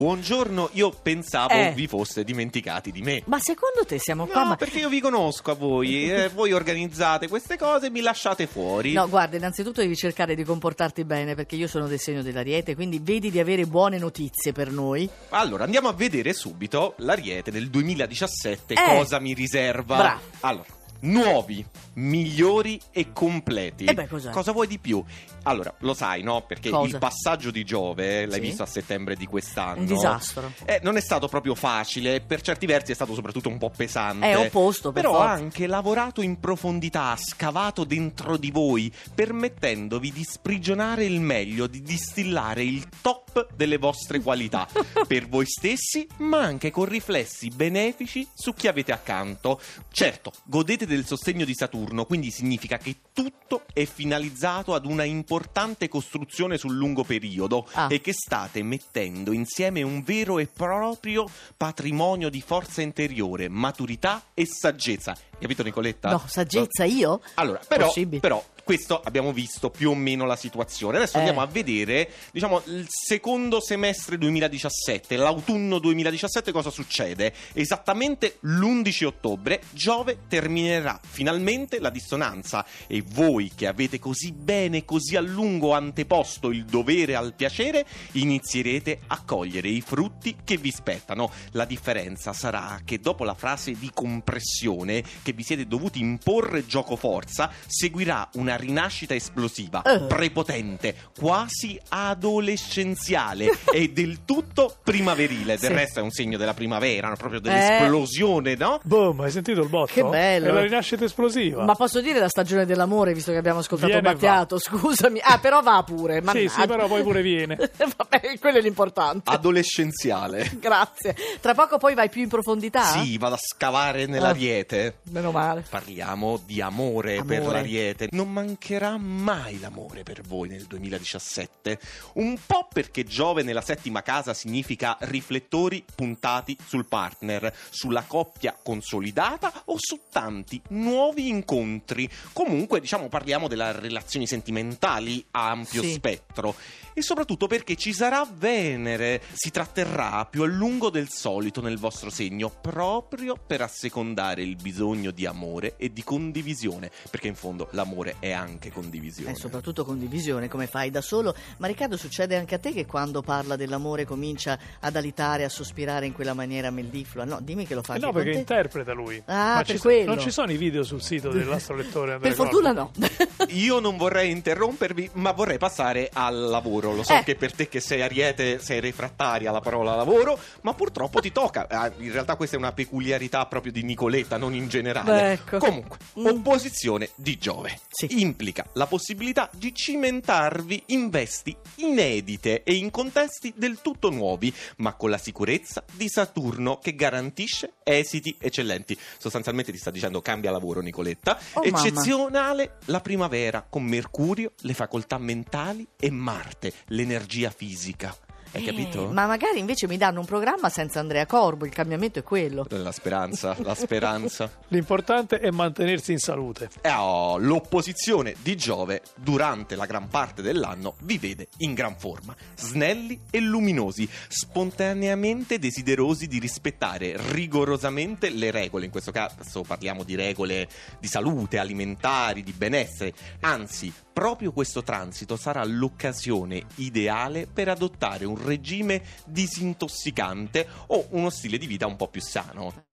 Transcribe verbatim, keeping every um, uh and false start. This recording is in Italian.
Buongiorno, io pensavo Eh. vi foste dimenticati di me. Ma secondo te siamo No, qua? Ma... perché io vi conosco a voi, eh, voi organizzate queste cose e mi lasciate fuori. No, guarda, innanzitutto devi cercare di comportarti bene, perché io sono del segno dell'Ariete, quindi vedi di avere buone notizie per noi. Allora, andiamo a vedere subito l'Ariete del duemiladiciassette, Eh. cosa mi riserva. Bravo. Allora, nuovi, migliori e completi. E beh, cos'è? Cosa vuoi di più? Allora, lo sai, no? Perché Cosa? il passaggio di Giove, l'hai Sì. visto a settembre di quest'anno. Un disastro. Eh, non è stato proprio facile, e per certi versi è stato soprattutto un po' pesante. È opposto, per Però ha forza. anche lavorato in profondità, ha scavato dentro di voi, permettendovi di sprigionare il meglio, di distillare il top delle vostre qualità per voi stessi, ma anche con riflessi benefici su chi avete accanto. Certo, godete del sostegno di Saturno, quindi significa che tutto è finalizzato ad una importante costruzione sul lungo periodo Ah. e che state mettendo insieme un vero e proprio patrimonio di forza interiore, maturità e saggezza. Capito, Nicoletta? No, saggezza io? Allora, però, Possibile. però questo abbiamo visto più o meno la situazione. Adesso Eh. andiamo a vedere, diciamo, il secondo semestre duemiladiciassette, l'autunno duemiladiciassette, cosa succede? Esattamente l'undici ottobre Giove terminerà finalmente la dissonanza e voi che avete così bene, così a lungo anteposto il dovere al piacere, inizierete a cogliere i frutti che vi spettano. La differenza sarà che dopo la fase di compressione che vi siete dovuti imporre gioco forza, seguirà una rinascita esplosiva, Eh. prepotente, quasi adolescenziale e del tutto primaverile. Del Sì. resto è un segno della primavera, no? Proprio dell'esplosione, no? Boom, hai sentito il botto? Che bello. È la rinascita esplosiva. Ma posso dire la stagione dell'amore, visto che abbiamo ascoltato Viene e Battiato? Scusami. Ah, però va pure. Sì, mannaggia. sì, però poi pure viene. Vabbè, quello è l'importante. Adolescenziale. Grazie. Tra poco poi vai più in profondità? Sì, vado a scavare nell'Ariete. Meno male. Parliamo di amore, Amore. per l'Ariete. Non mancherà mai l'amore per voi nel duemiladiciassette. Un po' perché Giove nella settima casa significa riflettori puntati sul partner, sulla coppia consolidata o su tanti nuovi incontri. Comunque, diciamo, parliamo delle relazioni sentimentali a ampio Sì. spettro. E soprattutto perché ci sarà Venere. Si tratterrà più a lungo del solito nel vostro segno, proprio per assecondare il bisogno di amore e di condivisione, perché in fondo l'amore è anche condivisione. E soprattutto condivisione, come fai da solo. Ma Riccardo, succede anche a te che quando parla dell'amore comincia ad alitare, a sospirare in quella maniera melliflua? No, dimmi che lo fa Eh anche no, con perché te. interpreta lui. Ah, Ma per ci so- quello. non ci sono i video sul sito dell'astrolettore Andrea Per fortuna Corbo? no. Io non vorrei interrompervi, ma vorrei passare al lavoro. Lo so Eh. che per te che sei Ariete sei refrattaria alla parola lavoro, ma purtroppo ti tocca. Ah, in realtà questa è una peculiarità proprio di Nicoletta, non in generale. Beh, ecco. Comunque, Mm. opposizione di Giove. Sì. Implica la possibilità di cimentarvi in vesti inedite e in contesti del tutto nuovi, ma con la sicurezza di Saturno che garantisce esiti eccellenti. Sostanzialmente ti sta dicendo cambia lavoro, Nicoletta. Oh, mamma. Eccezionale la primavera con Mercurio, le facoltà mentali e Marte, l'energia fisica. Hai capito? Eh, ma magari invece mi danno un programma senza Andrea Corbo, il cambiamento è quello. La speranza, la speranza. L'importante è mantenersi in salute. E oh, l'opposizione di Giove durante la gran parte dell'anno vi vede in gran forma, snelli e luminosi, spontaneamente desiderosi di rispettare rigorosamente le regole. In questo caso parliamo di regole di salute, alimentari, di benessere. Anzi, proprio questo transito sarà l'occasione ideale per adottare un regime disintossicante o uno stile di vita un po' più sano.